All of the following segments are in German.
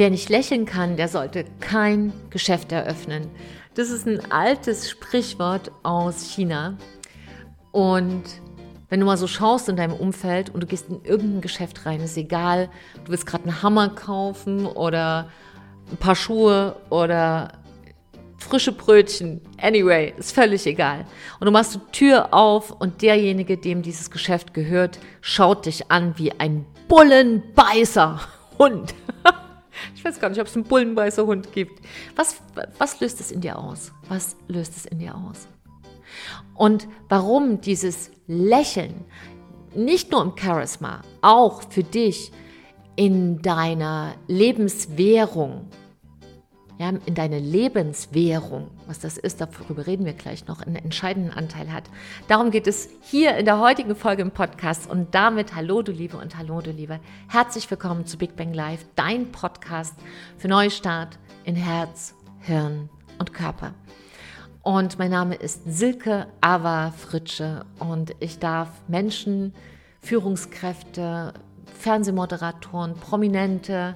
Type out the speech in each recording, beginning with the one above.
wer nicht lächeln kann, der sollte kein Geschäft eröffnen. Das ist ein altes Sprichwort aus China. Und wenn du mal so schaust in deinem Umfeld und du gehst in irgendein Geschäft rein, ist egal, du willst gerade einen Hammer kaufen oder ein paar Schuhe oder frische Brötchen, anyway, ist völlig egal. Und du machst die Tür auf und derjenige, dem dieses Geschäft gehört, schaut dich an wie ein Bullenbeißer Hund. Ich weiß gar nicht, ob es einen Bullenbeißer Hund gibt. Was löst es in dir aus? Was löst es in dir aus? Und warum dieses Lächeln nicht nur im Charisma, auch für dich in deiner Lebenswährung, ja, in deiner Lebenswährung, was das ist, darüber reden wir gleich noch, einen entscheidenden Anteil hat. Darum geht es hier in der heutigen Folge im Podcast und damit hallo du Liebe und hallo du Liebe. Herzlich willkommen zu Big Bang Live, dein Podcast für Neustart in Herz, Hirn und Körper. Und mein Name ist Silke Ava Fritsche und ich darf Menschen, Führungskräfte, Fernsehmoderatoren, Prominente,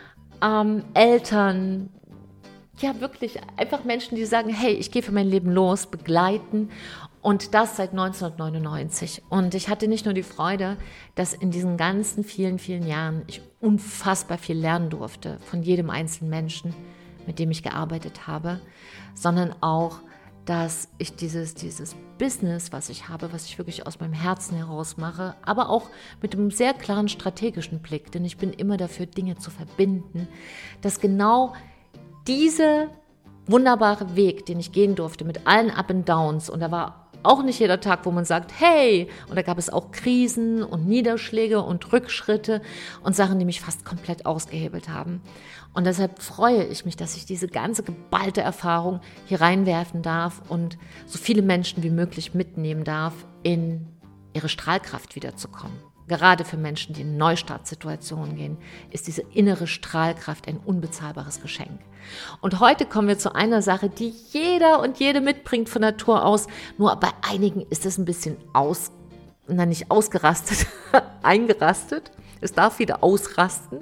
Eltern, ja wirklich einfach Menschen, die sagen, hey, ich gehe für mein Leben los, begleiten und das seit 1999. Und ich hatte nicht nur die Freude, dass in diesen ganzen vielen, vielen Jahren ich unfassbar viel lernen durfte von jedem einzelnen Menschen, mit dem ich gearbeitet habe, sondern auch, dass ich dieses Business, was ich habe, was ich wirklich aus meinem Herzen heraus mache, aber auch mit einem sehr klaren strategischen Blick, denn ich bin immer dafür, Dinge zu verbinden, dass genau dieser wunderbare Weg, den ich gehen durfte, mit allen Up and Downs, und da war auch nicht jeder Tag, wo man sagt, hey, und da gab es auch Krisen und Niederschläge und Rückschritte und Sachen, die mich fast komplett ausgehebelt haben. Und deshalb freue ich mich, dass ich diese ganze geballte Erfahrung hier reinwerfen darf und so viele Menschen wie möglich mitnehmen darf, in ihre Strahlkraft wiederzukommen. Gerade für Menschen, die in Neustartsituationen gehen, ist diese innere Strahlkraft ein unbezahlbares Geschenk. Und heute kommen wir zu einer Sache, die jeder und jede mitbringt von Natur aus. Nur bei einigen ist es ein bisschen nicht ausgerastet, eingerastet. Es darf wieder ausrasten.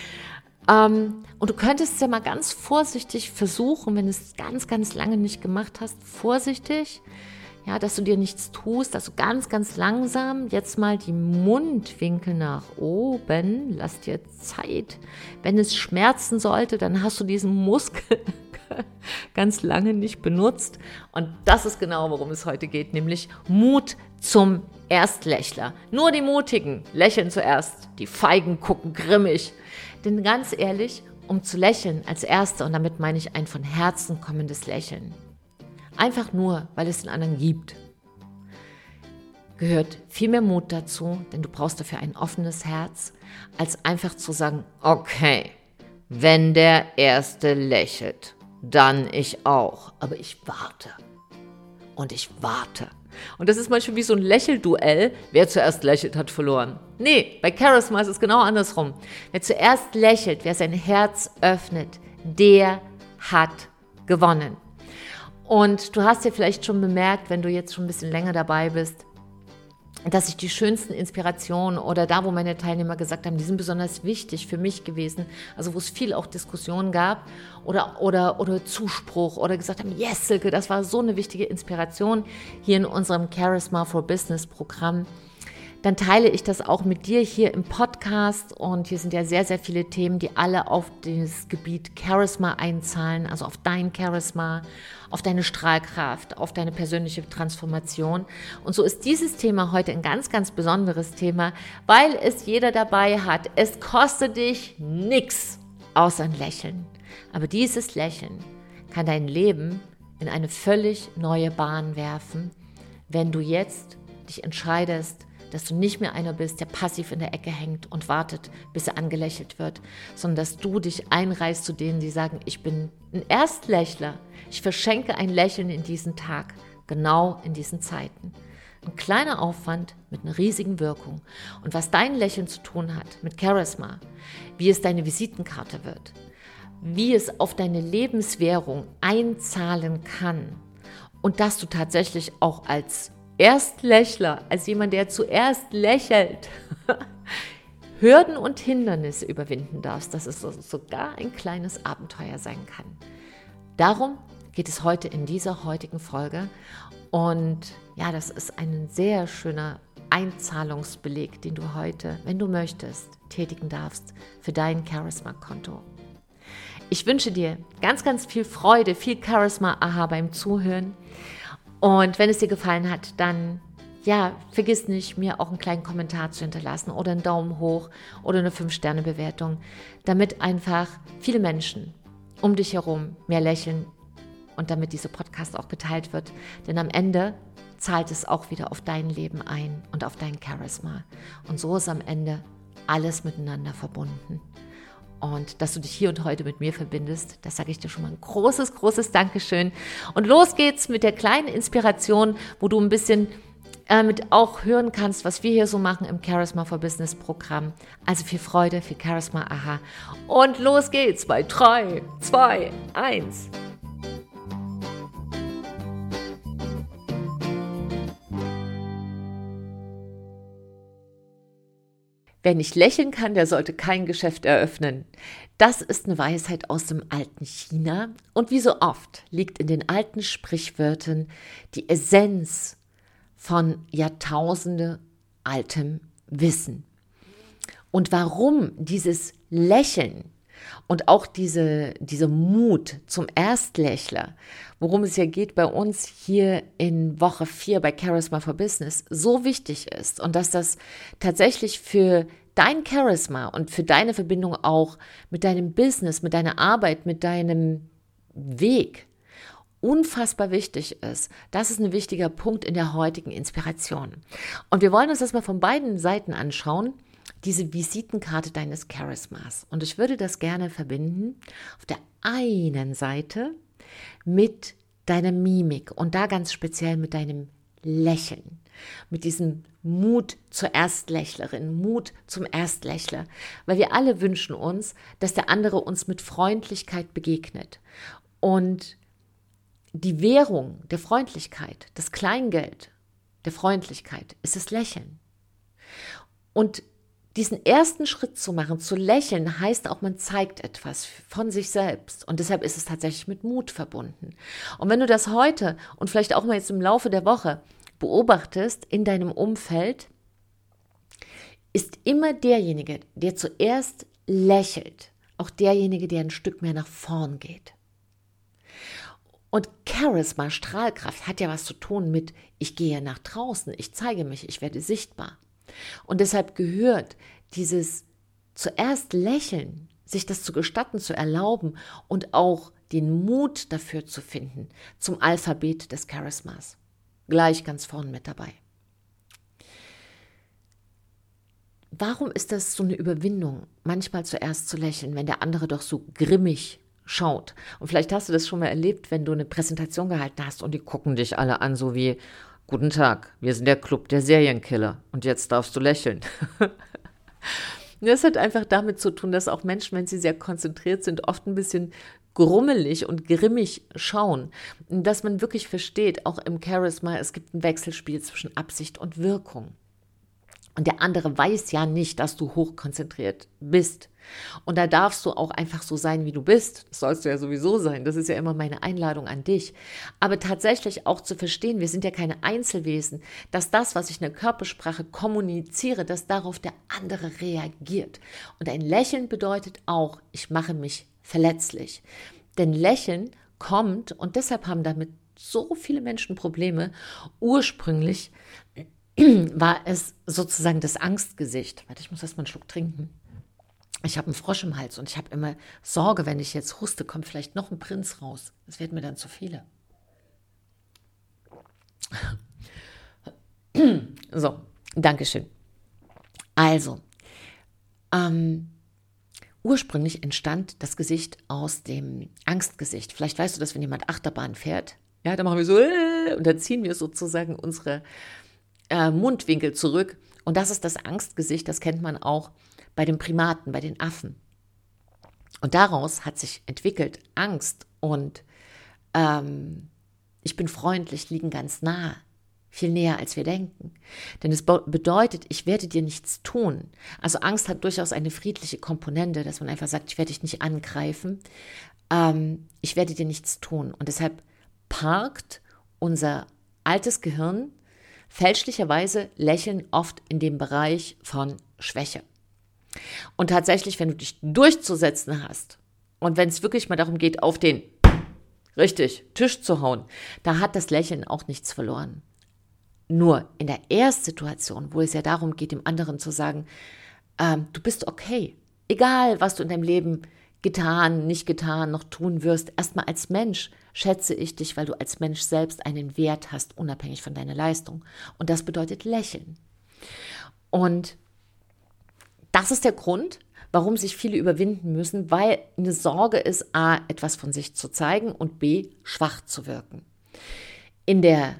Und du könntest es ja mal ganz vorsichtig versuchen, wenn du es ganz, ganz lange nicht gemacht hast, vorsichtig, ja, dass du dir nichts tust, dass du ganz, ganz langsam jetzt mal die Mundwinkel nach oben, lass dir Zeit. Wenn es schmerzen sollte, dann hast du diesen Muskel ganz lange nicht benutzt. Und das ist genau, worum es heute geht, nämlich Mut zum Erstlächler. Nur die Mutigen lächeln zuerst, die Feigen gucken grimmig. Denn ganz ehrlich, um zu lächeln als Erster, und damit meine ich ein von Herzen kommendes Lächeln, einfach nur, weil es den anderen gibt, gehört viel mehr Mut dazu, denn du brauchst dafür ein offenes Herz, als einfach zu sagen, okay, wenn der Erste lächelt, dann ich auch, aber ich warte und ich warte. Und das ist manchmal wie so ein Lächelduell, wer zuerst lächelt, hat verloren. Nee, bei Charisma ist es genau andersrum. Wer zuerst lächelt, wer sein Herz öffnet, der hat gewonnen. Und du hast ja vielleicht schon bemerkt, wenn du jetzt schon ein bisschen länger dabei bist, dass ich die schönsten Inspirationen oder da, wo meine Teilnehmer gesagt haben, die sind besonders wichtig für mich gewesen, also wo es viel auch Diskussionen gab oder Zuspruch oder gesagt haben, yes, Silke, das war so eine wichtige Inspiration hier in unserem Charisma for Business Programm. Dann teile ich das auch mit dir hier im Podcast und hier sind ja sehr, sehr viele Themen, die alle auf das Gebiet Charisma einzahlen, also auf dein Charisma, auf deine Strahlkraft, auf deine persönliche Transformation. Und so ist dieses Thema heute ein ganz, ganz besonderes Thema, weil es jeder dabei hat. Es kostet dich nichts außer ein Lächeln. Aber dieses Lächeln kann dein Leben in eine völlig neue Bahn werfen, wenn du jetzt dich entscheidest, dass du nicht mehr einer bist, der passiv in der Ecke hängt und wartet, bis er angelächelt wird, sondern dass du dich einreißt zu denen, die sagen, ich bin ein Erstlächler. Ich verschenke ein Lächeln in diesen Tag, genau in diesen Zeiten. Ein kleiner Aufwand mit einer riesigen Wirkung. Und was dein Lächeln zu tun hat mit Charisma, wie es deine Visitenkarte wird, wie es auf deine Lebenswährung einzahlen kann und dass du tatsächlich auch als Erstlächler, als jemand, der zuerst lächelt, Hürden und Hindernisse überwinden darfst, dass es sogar ein kleines Abenteuer sein kann. Darum geht es heute in dieser heutigen Folge. Und ja, das ist ein sehr schöner Einzahlungsbeleg, den du heute, wenn du möchtest, tätigen darfst für dein Charisma-Konto. Ich wünsche dir ganz, ganz viel Freude, viel Charisma-Aha beim Zuhören. Und wenn es dir gefallen hat, dann vergiss nicht, mir auch einen kleinen Kommentar zu hinterlassen oder einen Daumen hoch oder eine 5-Sterne-Bewertung, damit einfach viele Menschen um dich herum mehr lächeln und damit dieser Podcast auch geteilt wird. Denn am Ende zahlt es auch wieder auf dein Leben ein und auf dein Charisma. Und so ist am Ende alles miteinander verbunden. Und dass du dich hier und heute mit mir verbindest, das sage ich dir schon mal ein großes, großes Dankeschön. Und los geht's mit der kleinen Inspiration, wo du ein bisschen mit auch hören kannst, was wir hier so machen im Charisma for Business Programm. Also viel Freude, viel Charisma, aha. Und los geht's bei 3, 2, 1. Wer nicht lächeln kann, der sollte kein Geschäft eröffnen. Das ist eine Weisheit aus dem alten China. Und wie so oft liegt in den alten Sprichwörtern die Essenz von Jahrtausende altem Wissen. Und warum dieses Lächeln und auch diese Mut zum Erstlächler, worum es ja geht bei uns hier in Woche 4 bei Charisma for Business, so wichtig ist und dass das tatsächlich für dein Charisma und für deine Verbindung auch mit deinem Business, mit deiner Arbeit, mit deinem Weg unfassbar wichtig ist. Das ist ein wichtiger Punkt in der heutigen Inspiration. Und wir wollen uns das mal von beiden Seiten anschauen, diese Visitenkarte deines Charismas. Und ich würde das gerne verbinden auf der einen Seite mit deiner Mimik und da ganz speziell mit deinem Lächeln, mit diesem Mut zur Erstlächlerin, Mut zum Erstlächler, weil wir alle wünschen uns, dass der andere uns mit Freundlichkeit begegnet. Und die Währung der Freundlichkeit, das Kleingeld der Freundlichkeit ist das Lächeln. Und diesen ersten Schritt zu machen, zu lächeln, heißt auch, man zeigt etwas von sich selbst. Und deshalb ist es tatsächlich mit Mut verbunden. Und wenn du das heute und vielleicht auch mal jetzt im Laufe der Woche beobachtest in deinem Umfeld, ist immer derjenige, der zuerst lächelt, auch derjenige, der ein Stück mehr nach vorn geht. Und Charisma, Strahlkraft, hat ja was zu tun mit, ich gehe nach draußen, ich zeige mich, ich werde sichtbar. Und deshalb gehört dieses zuerst Lächeln, sich das zu gestatten, zu erlauben und auch den Mut dafür zu finden, zum Alphabet des Charismas. Gleich ganz vorn mit dabei. Warum ist das so eine Überwindung, manchmal zuerst zu lächeln, wenn der andere doch so grimmig schaut? Und vielleicht hast du das schon mal erlebt, wenn du eine Präsentation gehalten hast und die gucken dich alle an, so wie: Guten Tag, wir sind der Club der Serienkiller und jetzt darfst du lächeln. Das hat einfach damit zu tun, dass auch Menschen, wenn sie sehr konzentriert sind, oft ein bisschen grummelig und grimmig schauen. Dass man wirklich versteht, auch im Charisma, es gibt ein Wechselspiel zwischen Absicht und Wirkung. Und der andere weiß ja nicht, dass du hochkonzentriert bist. Und da darfst du auch einfach so sein, wie du bist. Das sollst du ja sowieso sein. Das ist ja immer meine Einladung an dich. Aber tatsächlich auch zu verstehen, wir sind ja keine Einzelwesen, dass das, was ich in der Körpersprache kommuniziere, dass darauf der andere reagiert. Und ein Lächeln bedeutet auch, ich mache mich verletzlich. Denn Lächeln kommt, und deshalb haben damit so viele Menschen Probleme, ursprünglich war es sozusagen das Angstgesicht. Warte, ich muss erst mal einen Schluck trinken. Ich habe einen Frosch im Hals und ich habe immer Sorge, wenn ich jetzt huste, kommt vielleicht noch ein Prinz raus. Das werden mir dann zu viele. So, Dankeschön. Also, ursprünglich entstand das Gesicht aus dem Angstgesicht. Vielleicht weißt du das, wenn jemand Achterbahn fährt. Ja, dann machen wir so und dann ziehen wir sozusagen unsere Mundwinkel zurück. Und das ist das Angstgesicht, das kennt man auch bei den Primaten, bei den Affen. Und daraus hat sich entwickelt Angst und ich bin freundlich, liegen ganz nah viel näher, als wir denken. Denn es bedeutet, ich werde dir nichts tun. Also Angst hat durchaus eine friedliche Komponente, dass man einfach sagt, ich werde dich nicht angreifen, ich werde dir nichts tun. Und deshalb parkt unser altes Gehirn fälschlicherweise Lächeln oft in dem Bereich von Schwäche. Und tatsächlich, wenn du dich durchzusetzen hast und wenn es wirklich mal darum geht, auf den Tisch zu hauen, da hat das Lächeln auch nichts verloren. Nur in der Erstsituation, wo es ja darum geht, dem anderen zu sagen, du bist okay, egal was du in deinem Leben getan, nicht getan, noch tun wirst, erstmal als Mensch schätze ich dich, weil du als Mensch selbst einen Wert hast, unabhängig von deiner Leistung. Und das bedeutet Lächeln. Und das ist der Grund, warum sich viele überwinden müssen, weil eine Sorge ist, a, etwas von sich zu zeigen und b, schwach zu wirken. In der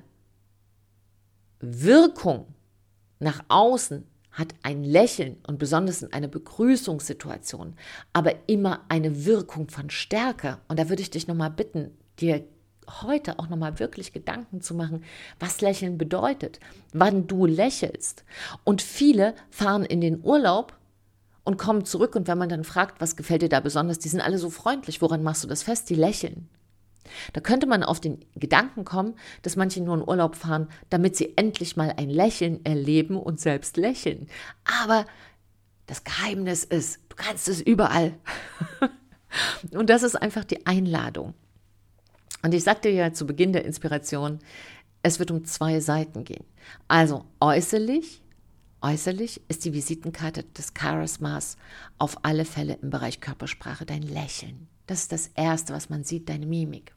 Wirkung nach außen hat ein Lächeln und besonders in einer Begrüßungssituation aber immer eine Wirkung von Stärke. Und da würde ich dich nochmal bitten, dir heute auch nochmal wirklich Gedanken zu machen, was Lächeln bedeutet, wann du lächelst. Und viele fahren in den Urlaub und kommen zurück und wenn man dann fragt, was gefällt dir da besonders, die sind alle so freundlich, woran machst du das fest? Die lächeln. Da könnte man auf den Gedanken kommen, dass manche nur in Urlaub fahren, damit sie endlich mal ein Lächeln erleben und selbst lächeln. Aber das Geheimnis ist, du kannst es überall. Und das ist einfach die Einladung. Und ich sagte ja zu Beginn der Inspiration, es wird um 2 Seiten gehen. Also äußerlich ist die Visitenkarte des Charismas auf alle Fälle im Bereich Körpersprache dein Lächeln. Das ist das Erste, was man sieht, deine Mimik.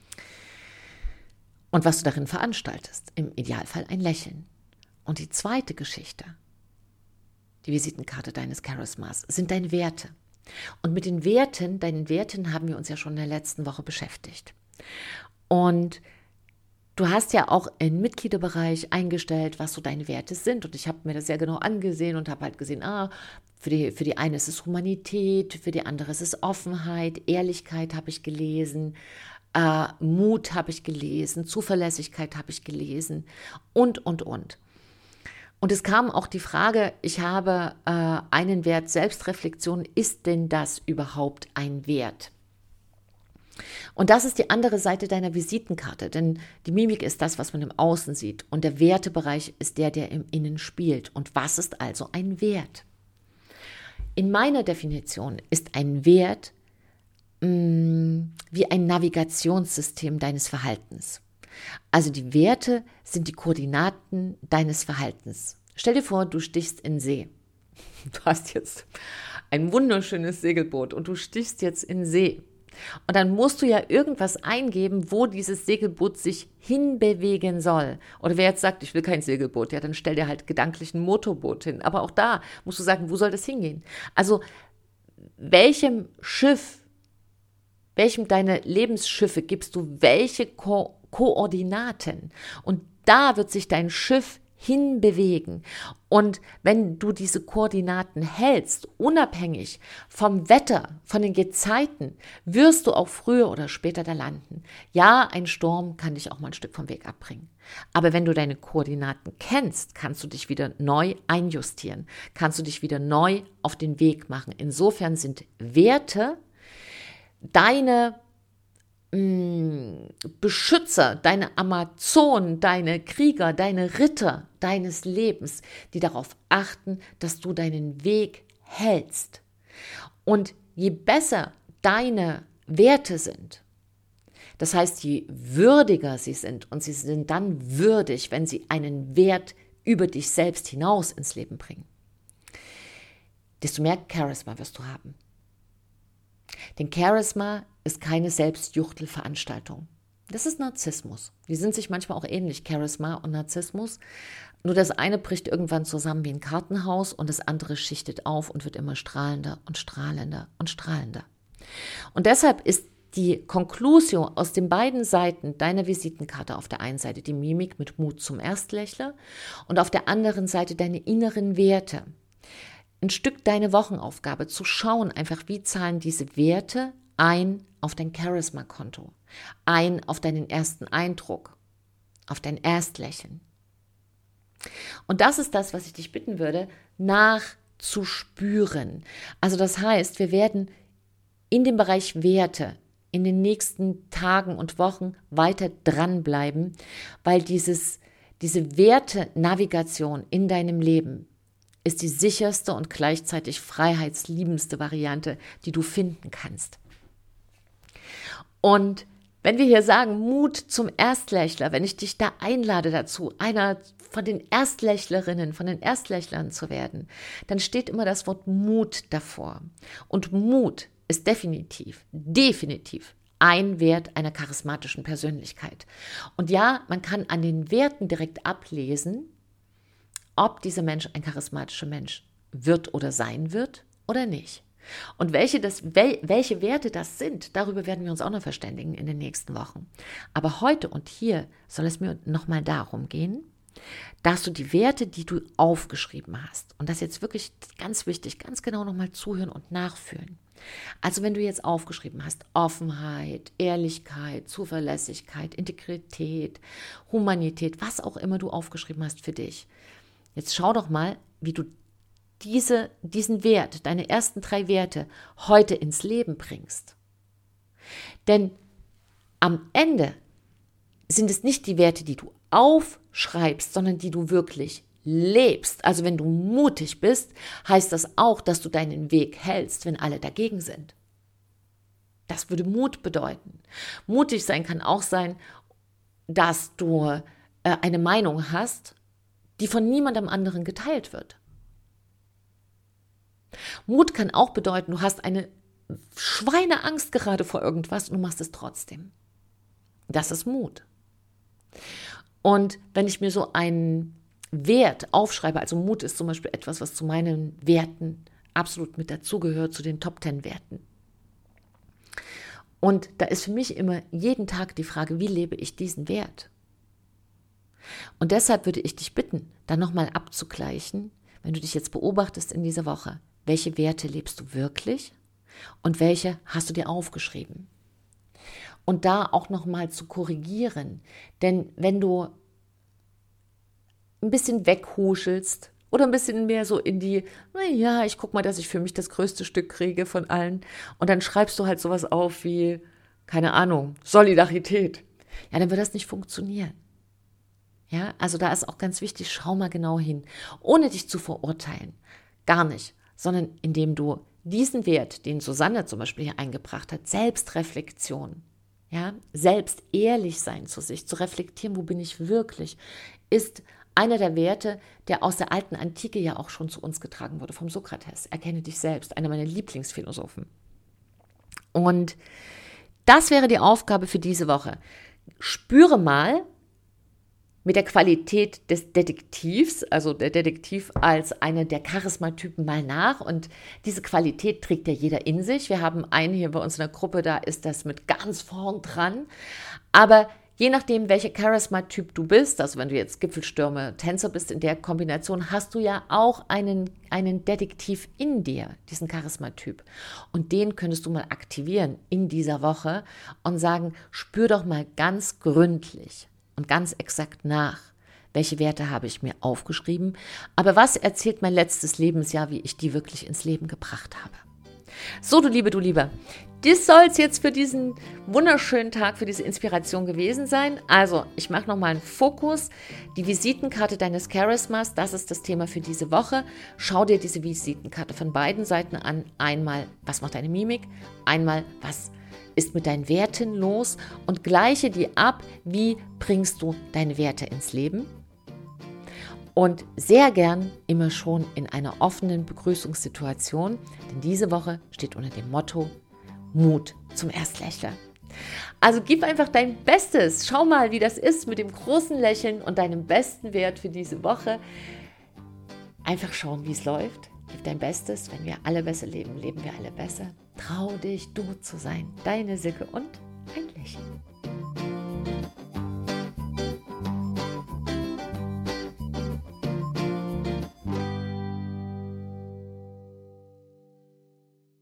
Und was du darin veranstaltest, im Idealfall ein Lächeln. Und die zweite Geschichte, die Visitenkarte deines Charismas, sind deine Werte. Und mit den Werten, deinen Werten haben wir uns ja schon in der letzten Woche beschäftigt. Und du hast ja auch im Mitgliederbereich eingestellt, was so deine Werte sind. Und ich habe mir das sehr genau angesehen und habe halt gesehen, für die eine ist es Humanität, für die andere ist es Offenheit, Ehrlichkeit habe ich gelesen, Mut habe ich gelesen, Zuverlässigkeit habe ich gelesen und. Und es kam auch die Frage, ich habe einen Wert Selbstreflexion, ist denn das überhaupt ein Wert? Und das ist die andere Seite deiner Visitenkarte, denn die Mimik ist das, was man im Außen sieht und der Wertebereich ist der im Innen spielt. Und was ist also ein Wert? In meiner Definition ist ein Wert wie ein Navigationssystem deines Verhaltens. Also die Werte sind die Koordinaten deines Verhaltens. Stell dir vor, du stichst in den See. Du hast jetzt ein wunderschönes Segelboot und du stichst jetzt in den See. Und dann musst du ja irgendwas eingeben, wo dieses Segelboot sich hinbewegen soll. Oder wer jetzt sagt, ich will kein Segelboot, ja, dann stell dir halt gedanklich ein Motorboot hin. Aber auch da musst du sagen, wo soll das hingehen? Also welchem deiner Lebensschiffe gibst du welche Koordinaten? Und da wird sich dein Schiff hinbewegen. Und wenn du diese Koordinaten hältst, unabhängig vom Wetter, von den Gezeiten, wirst du auch früher oder später da landen. Ja, ein Sturm kann dich auch mal ein Stück vom Weg abbringen. Aber wenn du deine Koordinaten kennst, kannst du dich wieder neu einjustieren, kannst du dich wieder neu auf den Weg machen. Insofern sind Werte deine Beschützer, deine Amazonen, deine Krieger, deine Ritter deines Lebens, die darauf achten, dass du deinen Weg hältst. Und je besser deine Werte sind, das heißt, je würdiger sie sind, und sie sind dann würdig, wenn sie einen Wert über dich selbst hinaus ins Leben bringen, desto mehr Charisma wirst du haben. Denn Charisma ist keine Selbstjuchtelveranstaltung. Das ist Narzissmus. Die sind sich manchmal auch ähnlich, Charisma und Narzissmus. Nur das eine bricht irgendwann zusammen wie ein Kartenhaus und das andere schichtet auf und wird immer strahlender und strahlender und strahlender. Und deshalb ist die Conclusio aus den beiden Seiten deiner Visitenkarte auf der einen Seite die Mimik mit Mut zum Erstlächler und auf der anderen Seite deine inneren Werte. Ein Stück deine Wochenaufgabe zu schauen, einfach wie zahlen diese Werte ein auf dein Charisma-Konto, ein auf deinen ersten Eindruck, auf dein Erstlächeln. Und das ist das, was ich dich bitten würde, nachzuspüren. Also das heißt, wir werden in dem Bereich Werte in den nächsten Tagen und Wochen weiter dranbleiben, weil diese Werte-Navigation in deinem Leben ist die sicherste und gleichzeitig freiheitsliebendste Variante, die du finden kannst. Und wenn wir hier sagen, Mut zum Erstlächler, wenn ich dich da einlade dazu, einer von den Erstlächlerinnen, von den Erstlächlern zu werden, dann steht immer das Wort Mut davor. Und Mut ist definitiv ein Wert einer charismatischen Persönlichkeit. Und ja, man kann an den Werten direkt ablesen, ob dieser Mensch ein charismatischer Mensch wird oder sein wird oder nicht. Und welche Werte das sind, darüber werden wir uns auch noch verständigen in den nächsten Wochen. Aber heute und hier soll es mir nochmal darum gehen, dass du die Werte, die du aufgeschrieben hast, und das jetzt wirklich ganz wichtig, ganz genau nochmal zuhören und nachfühlen. Also wenn du jetzt aufgeschrieben hast, Offenheit, Ehrlichkeit, Zuverlässigkeit, Integrität, Humanität, was auch immer du aufgeschrieben hast für dich. Jetzt schau doch mal, wie du diesen Wert, deine ersten 3 Werte heute ins Leben bringst. Denn am Ende sind es nicht die Werte, die du aufschreibst, sondern die du wirklich lebst. Also wenn du mutig bist, heißt das auch, dass du deinen Weg hältst, wenn alle dagegen sind. Das würde Mut bedeuten. Mutig sein kann auch sein, dass du eine Meinung hast, die von niemandem anderen geteilt wird. Mut kann auch bedeuten, du hast eine Schweineangst gerade vor irgendwas und du machst es trotzdem. Das ist Mut. Und wenn ich mir so einen Wert aufschreibe, also Mut ist zum Beispiel etwas, was zu meinen Werten absolut mit dazugehört, zu den Top 10 Werten. Und da ist für mich immer jeden Tag die Frage, wie lebe ich diesen Wert? Und deshalb würde ich dich bitten, dann nochmal abzugleichen, wenn du dich jetzt beobachtest in dieser Woche, welche Werte lebst du wirklich und welche hast du dir aufgeschrieben? Und da auch nochmal zu korrigieren, denn wenn du ein bisschen weghuschelst oder ein bisschen mehr so in die, naja, ich guck mal, dass ich für mich das größte Stück kriege von allen und dann schreibst du halt sowas auf wie, keine Ahnung, Solidarität, ja, dann wird das nicht funktionieren. Ja, also da ist auch ganz wichtig, schau mal genau hin, ohne dich zu verurteilen, gar nicht, sondern indem du diesen Wert, den Susanne zum Beispiel hier eingebracht hat, Selbstreflexion, ja, selbst ehrlich sein zu sich, zu reflektieren, wo bin ich wirklich, ist einer der Werte, der aus der alten Antike ja auch schon zu uns getragen wurde, vom Sokrates. Erkenne dich selbst, einer meiner Lieblingsphilosophen. Und das wäre die Aufgabe für diese Woche. Spüre mal mit der Qualität des Detektivs, also der Detektiv als einer der Charismatypen mal nach. Und diese Qualität trägt ja jeder in sich. Wir haben einen hier bei uns in der Gruppe, da ist das mit ganz vorn dran. Aber je nachdem, welcher Charismatyp du bist, also wenn du jetzt Gipfelstürmer, Tänzer bist, in der Kombination hast du ja auch einen Detektiv in dir, diesen Charismatyp. Und den könntest du mal aktivieren in dieser Woche und sagen, spür doch mal ganz gründlich und ganz exakt nach, welche Werte habe ich mir aufgeschrieben, aber was erzählt mein letztes Lebensjahr, wie ich die wirklich ins Leben gebracht habe. So, du Lieber, das soll es jetzt für diesen wunderschönen Tag, für diese Inspiration gewesen sein. Also, ich mache nochmal einen Fokus. Die Visitenkarte deines Charismas, das ist das Thema für diese Woche. Schau dir diese Visitenkarte von beiden Seiten an. Einmal, was macht deine Mimik? Einmal, was ist mit deinen Werten los? Und gleiche die ab, wie bringst du deine Werte ins Leben? Und sehr gern immer schon in einer offenen Begrüßungssituation, denn diese Woche steht unter dem Motto Mut zum Erstlächler. Also gib einfach dein Bestes. Schau mal, wie das ist mit dem großen Lächeln und deinem besten Wert für diese Woche. Einfach schauen, wie es läuft. Gib dein Bestes. Wenn wir alle besser leben, leben wir alle besser. Trau dich, du zu sein. Deine Silke und ein Lächeln.